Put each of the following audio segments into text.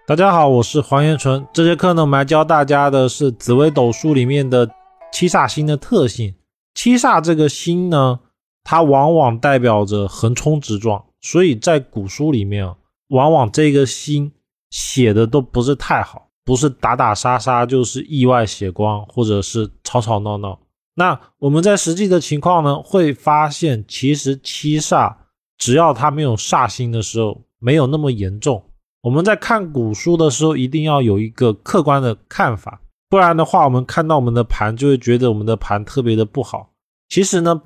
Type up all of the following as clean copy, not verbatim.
大家好，我是黄延纯。这节课呢，我们来教大家的是紫微斗数里面的七煞星的特性。七煞这个星呢，它往往代表着横冲直撞，所以在古书里面往往这个星写的都不是太好，不是打打杀杀，就是意外血光，或者是吵吵闹闹。那我们在实际的情况呢，会发现其实七煞只要它没有煞星的时候，没有那么严重。我们在看古书的时候一定要有一个客观的看法，不然的话我们看到我们的盘就会觉得我们的盘特别的不好。其实呢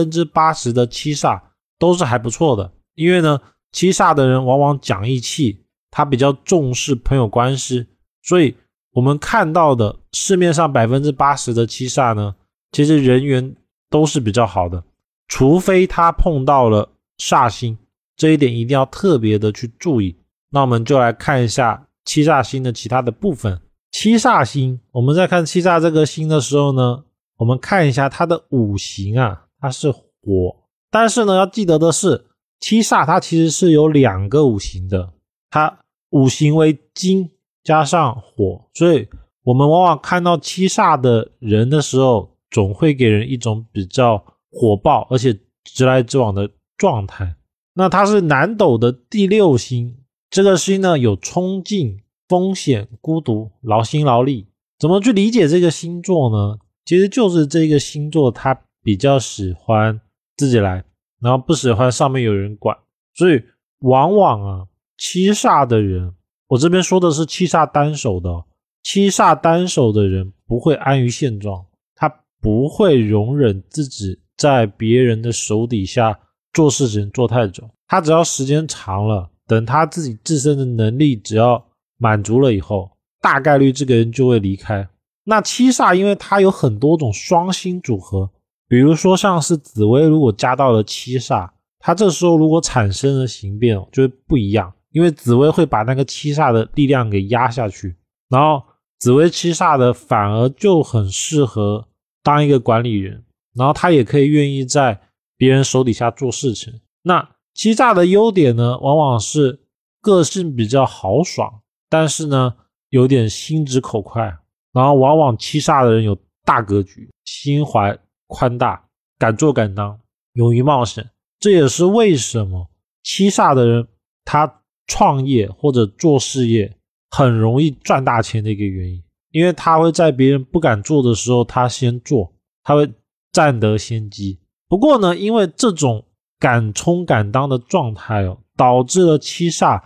80% 的七煞都是还不错的，因为呢七煞的人往往讲义气，他比较重视朋友关系，所以我们看到的市面上 80% 的七煞呢，其实人缘都是比较好的，除非他碰到了煞星，这一点一定要特别的去注意。那我们就来看一下七煞星的其他的部分。七煞星，我们在看七煞这个星的时候呢，我们看一下它的五行它是火，但是呢要记得的是，七煞它其实是有两个五行的，它五行为金加上火，所以我们往往看到七煞的人的时候，总会给人一种比较火爆而且直来直往的状态。那它是南斗的第六星，这个星呢有冲劲、风险、孤独、劳心劳力。怎么去理解这个星座呢？其实就是这个星座它比较喜欢自己来，然后不喜欢上面有人管，所以往往七煞的人，我这边说的是七煞单手的七煞单手的人不会安于现状，他不会容忍自己在别人的手底下做事情做太久，他只要时间长了，等他自己自身的能力只要满足了以后，大概率这个人就会离开。那七煞因为它有很多种双星组合，比如说像是紫微如果加到了七煞，它这时候如果产生了形变就会不一样，因为紫微会把那个七煞的力量给压下去，然后紫微七煞的反而就很适合当一个管理人，然后他也可以愿意在别人手底下做事情。那七煞的优点呢，往往是个性比较豪爽，但是呢有点心直口快，然后往往七煞的人有大格局，心怀宽大，敢做敢当，勇于冒险。这也是为什么七煞的人他创业或者做事业很容易赚大钱的一个原因，因为他会在别人不敢做的时候他先做，他会占得先机。不过呢，因为这种敢冲敢当的状态导致了七煞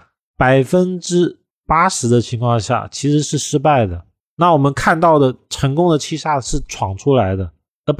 80% 的情况下其实是失败的。那我们看到的成功的七煞是闯出来的，而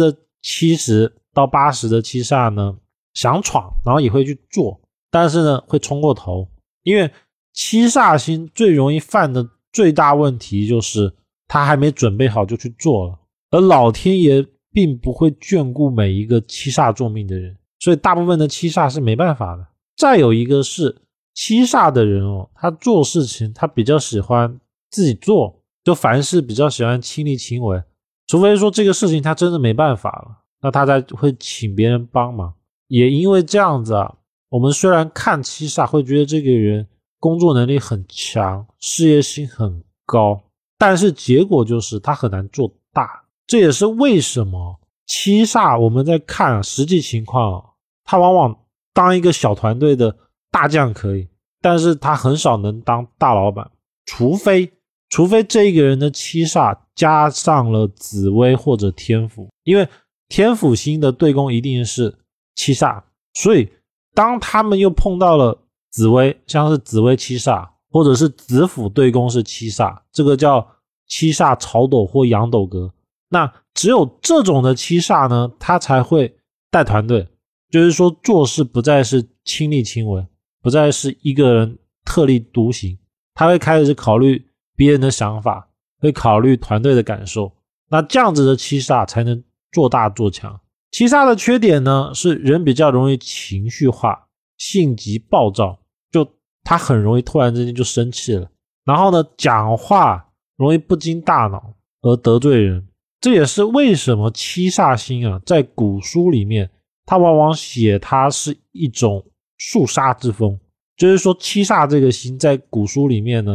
70% 到 80% 的七煞呢想闯，然后也会去做，但是呢会冲过头。因为七煞星最容易犯的最大问题就是他还没准备好就去做了，而老天爷并不会眷顾每一个七煞坐命的人，所以大部分的七煞是没办法的。再有一个是七煞的人他做事情他比较喜欢自己做，就凡事比较喜欢亲力亲为，除非说这个事情他真的没办法了，那他才会请别人帮忙。也因为这样子我们虽然看七煞会觉得这个人工作能力很强，事业心很高，但是结果就是他很难做大。这也是为什么七煞我们在看实际情况他往往当一个小团队的大将可以，但是他很少能当大老板，除非这一个人的七煞加上了紫微或者天府，因为天府星的对宫一定是七煞，所以当他们又碰到了紫微，像是紫微七煞或者是子府对宫是七煞，这个叫七煞朝斗或阳斗格。那只有这种的七煞呢，他才会带团队，就是说做事不再是亲力亲为，不再是一个人特立独行，他会开始考虑别人的想法，会考虑团队的感受。那这样子的七煞才能做大做强。七煞的缺点呢，是人比较容易情绪化，性急暴躁，就他很容易突然之间就生气了，然后呢讲话容易不经大脑而得罪人。这也是为什么七煞星在古书里面他往往写它是一种肃杀之风，就是说七煞这个星在古书里面呢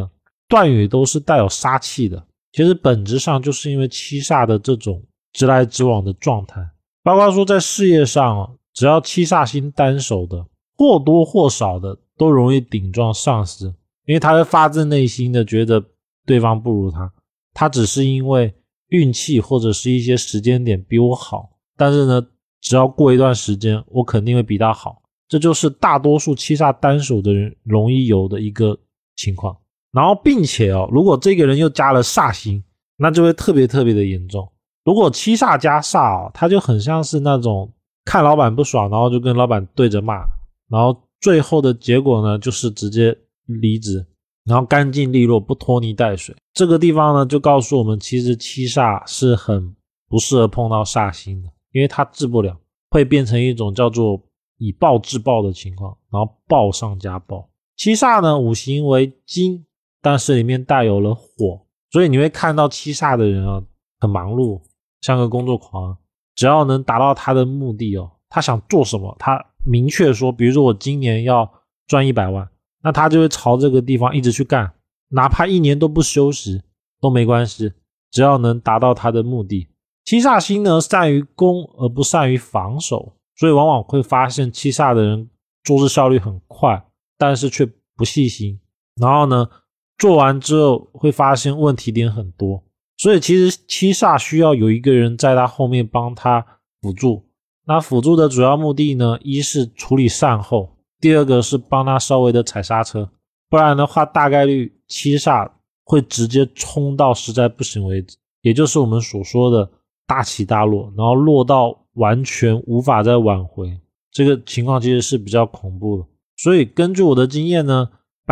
断语都是带有杀气的，其实本质上就是因为七煞的这种直来直往的状态。包括说在事业上只要七煞星单守的，或多或少的都容易顶撞上司，因为他会发自内心的觉得对方不如他，他只是因为运气或者是一些时间点比我好，但是呢只要过一段时间我肯定会比他好，这就是大多数七煞单守的人容易有的一个情况。然后并且如果这个人又加了煞星，那就会特别特别的严重。如果七煞加煞他就很像是那种看老板不爽，然后就跟老板对着骂，然后最后的结果呢就是直接离职，然后干净利落，不拖泥带水。这个地方呢就告诉我们，其实七煞是很不适合碰到煞星的，因为它治不了，会变成一种叫做以暴制暴的情况，然后暴上加暴。七煞呢五行为金，但是里面带有了火，所以你会看到七煞的人很忙碌，像个工作狂，只要能达到他的目的他想做什么，他明确说，比如说我今年要赚100万，那他就会朝这个地方一直去干，哪怕1年都不休息都没关系，只要能达到他的目的。七煞星呢善于攻而不善于防守，所以往往会发现七煞的人做事效率很快，但是却不细心，然后呢做完之后会发现问题点很多，所以其实七煞需要有一个人在他后面帮他辅助。那辅助的主要目的呢，一是处理善后，第二个是帮他稍微的踩刹车，不然的话大概率七煞会直接冲到实在不行为止，也就是我们所说的大起大落，然后落到完全无法再挽回，这个情况其实是比较恐怖的。所以根据我的经验呢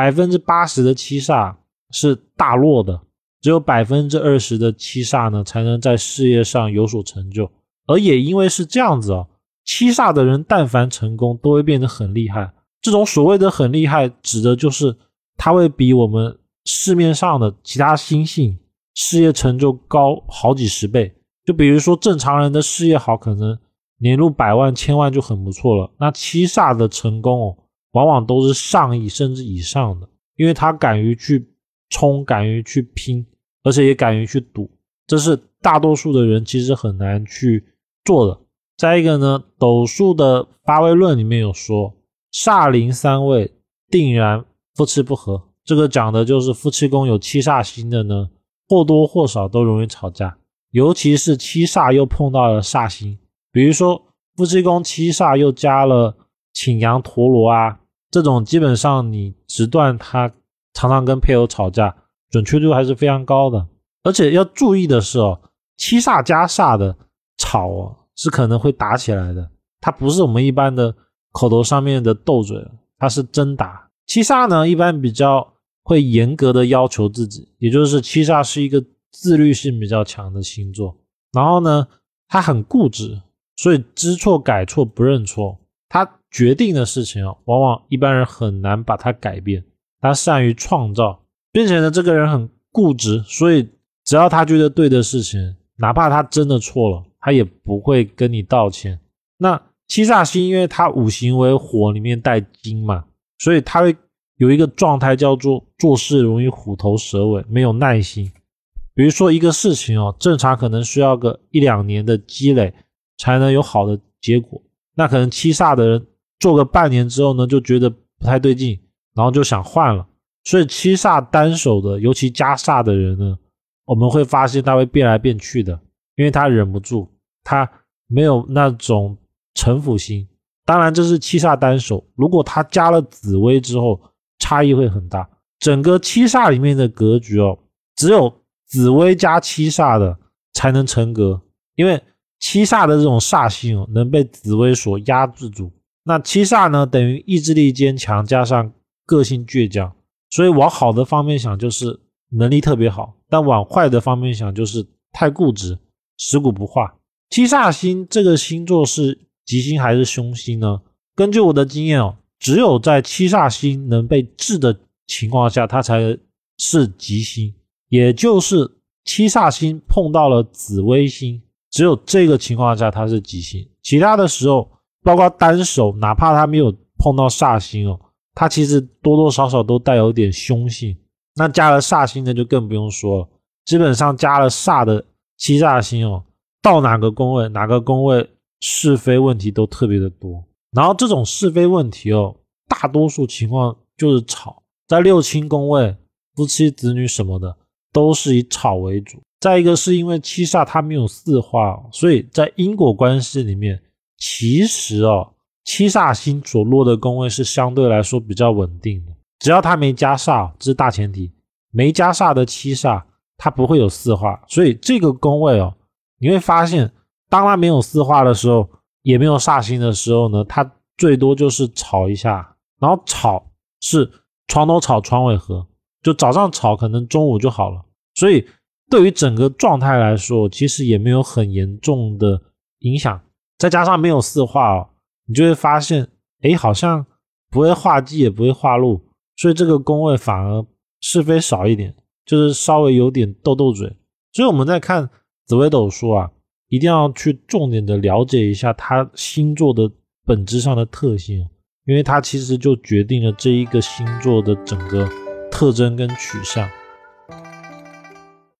，80%的七煞是大落的，只有 20% 的七煞呢才能在事业上有所成就。而也因为是这样子七煞的人但凡成功都会变得很厉害。这种所谓的很厉害指的就是他会比我们市面上的其他星系事业成就高好几十倍。就比如说正常人的事业好，可能年入100万1000万就很不错了，那七煞的成功往往都是上亿甚至以上的，因为他敢于去冲，敢于去拼，而且也敢于去赌，这是大多数的人其实很难去做的。再一个呢，斗数的发位论里面有说，煞临3位定然夫妻不和，这个讲的就是夫妻宫有七煞星的呢，或多或少都容易吵架，尤其是七煞又碰到了煞星，比如说夫妻宫七煞又加了擎羊陀罗这种基本上你直断他常常跟配偶吵架，准确度还是非常高的。而且要注意的是七煞加煞的吵是可能会打起来的，它不是我们一般的口头上面的斗嘴，它是真打。七煞呢一般比较会严格的要求自己，也就是七煞是一个自律性比较强的星座，然后呢他很固执，所以知错改错不认错，他决定的事情往往一般人很难把它改变，他善于创造，并且呢这个人很固执，所以只要他觉得对的事情，哪怕他真的错了，他也不会跟你道歉。那七煞星因为他五行为火里面带金嘛，所以他会有一个状态叫做做事容易虎头蛇尾，没有耐心。比如说一个事情正常可能需要个1-2年的积累才能有好的结果，那可能七煞的人做个半年之后呢就觉得不太对劲，然后就想换了。所以七煞单手的尤其加煞的人呢，我们会发现他会变来变去的，因为他忍不住，他没有那种城府心。当然这是七煞单手，如果他加了紫微之后差异会很大。整个七煞里面的格局只有紫微加七煞的才能成格，因为七煞的这种煞性能被紫微所压制住。那七煞呢等于意志力坚强加上个性倔强，所以往好的方面想就是能力特别好，但往坏的方面想就是太固执，食古不化。七煞星这个星座是吉星还是凶星呢？根据我的经验只有在七煞星能被治的情况下它才是吉星，也就是七煞星碰到了紫微星，只有这个情况下它是吉星，其他的时候包括单手哪怕它没有碰到煞星它其实多多少少都带有点凶性， 那加了煞星的就更不用说了，基本上加了煞的七煞星哦，到哪个宫位是非问题都特别的多。然后这种是非问题哦，大多数情况就是吵，在六亲宫位、夫妻子女什么的都是以吵为主。再一个是因为七煞它没有四化，所以在因果关系里面，其实七煞星所落的宫位是相对来说比较稳定的。只要它没加煞，这是大前提，没加煞的七煞它不会有四化。所以这个宫位你会发现当它没有四化的时候，也没有煞星的时候呢，它最多就是吵一下，然后吵是床头吵床尾和，就早上吵可能中午就好了。所以对于整个状态来说，其实也没有很严重的影响。再加上没有四化你就会发现好像不会化忌也不会化禄，所以这个宫位反而是非少一点，就是稍微有点斗斗嘴。所以我们在看紫微斗数一定要去重点的了解一下它星座的本质上的特性，因为它其实就决定了这一个星座的整个特征跟取向。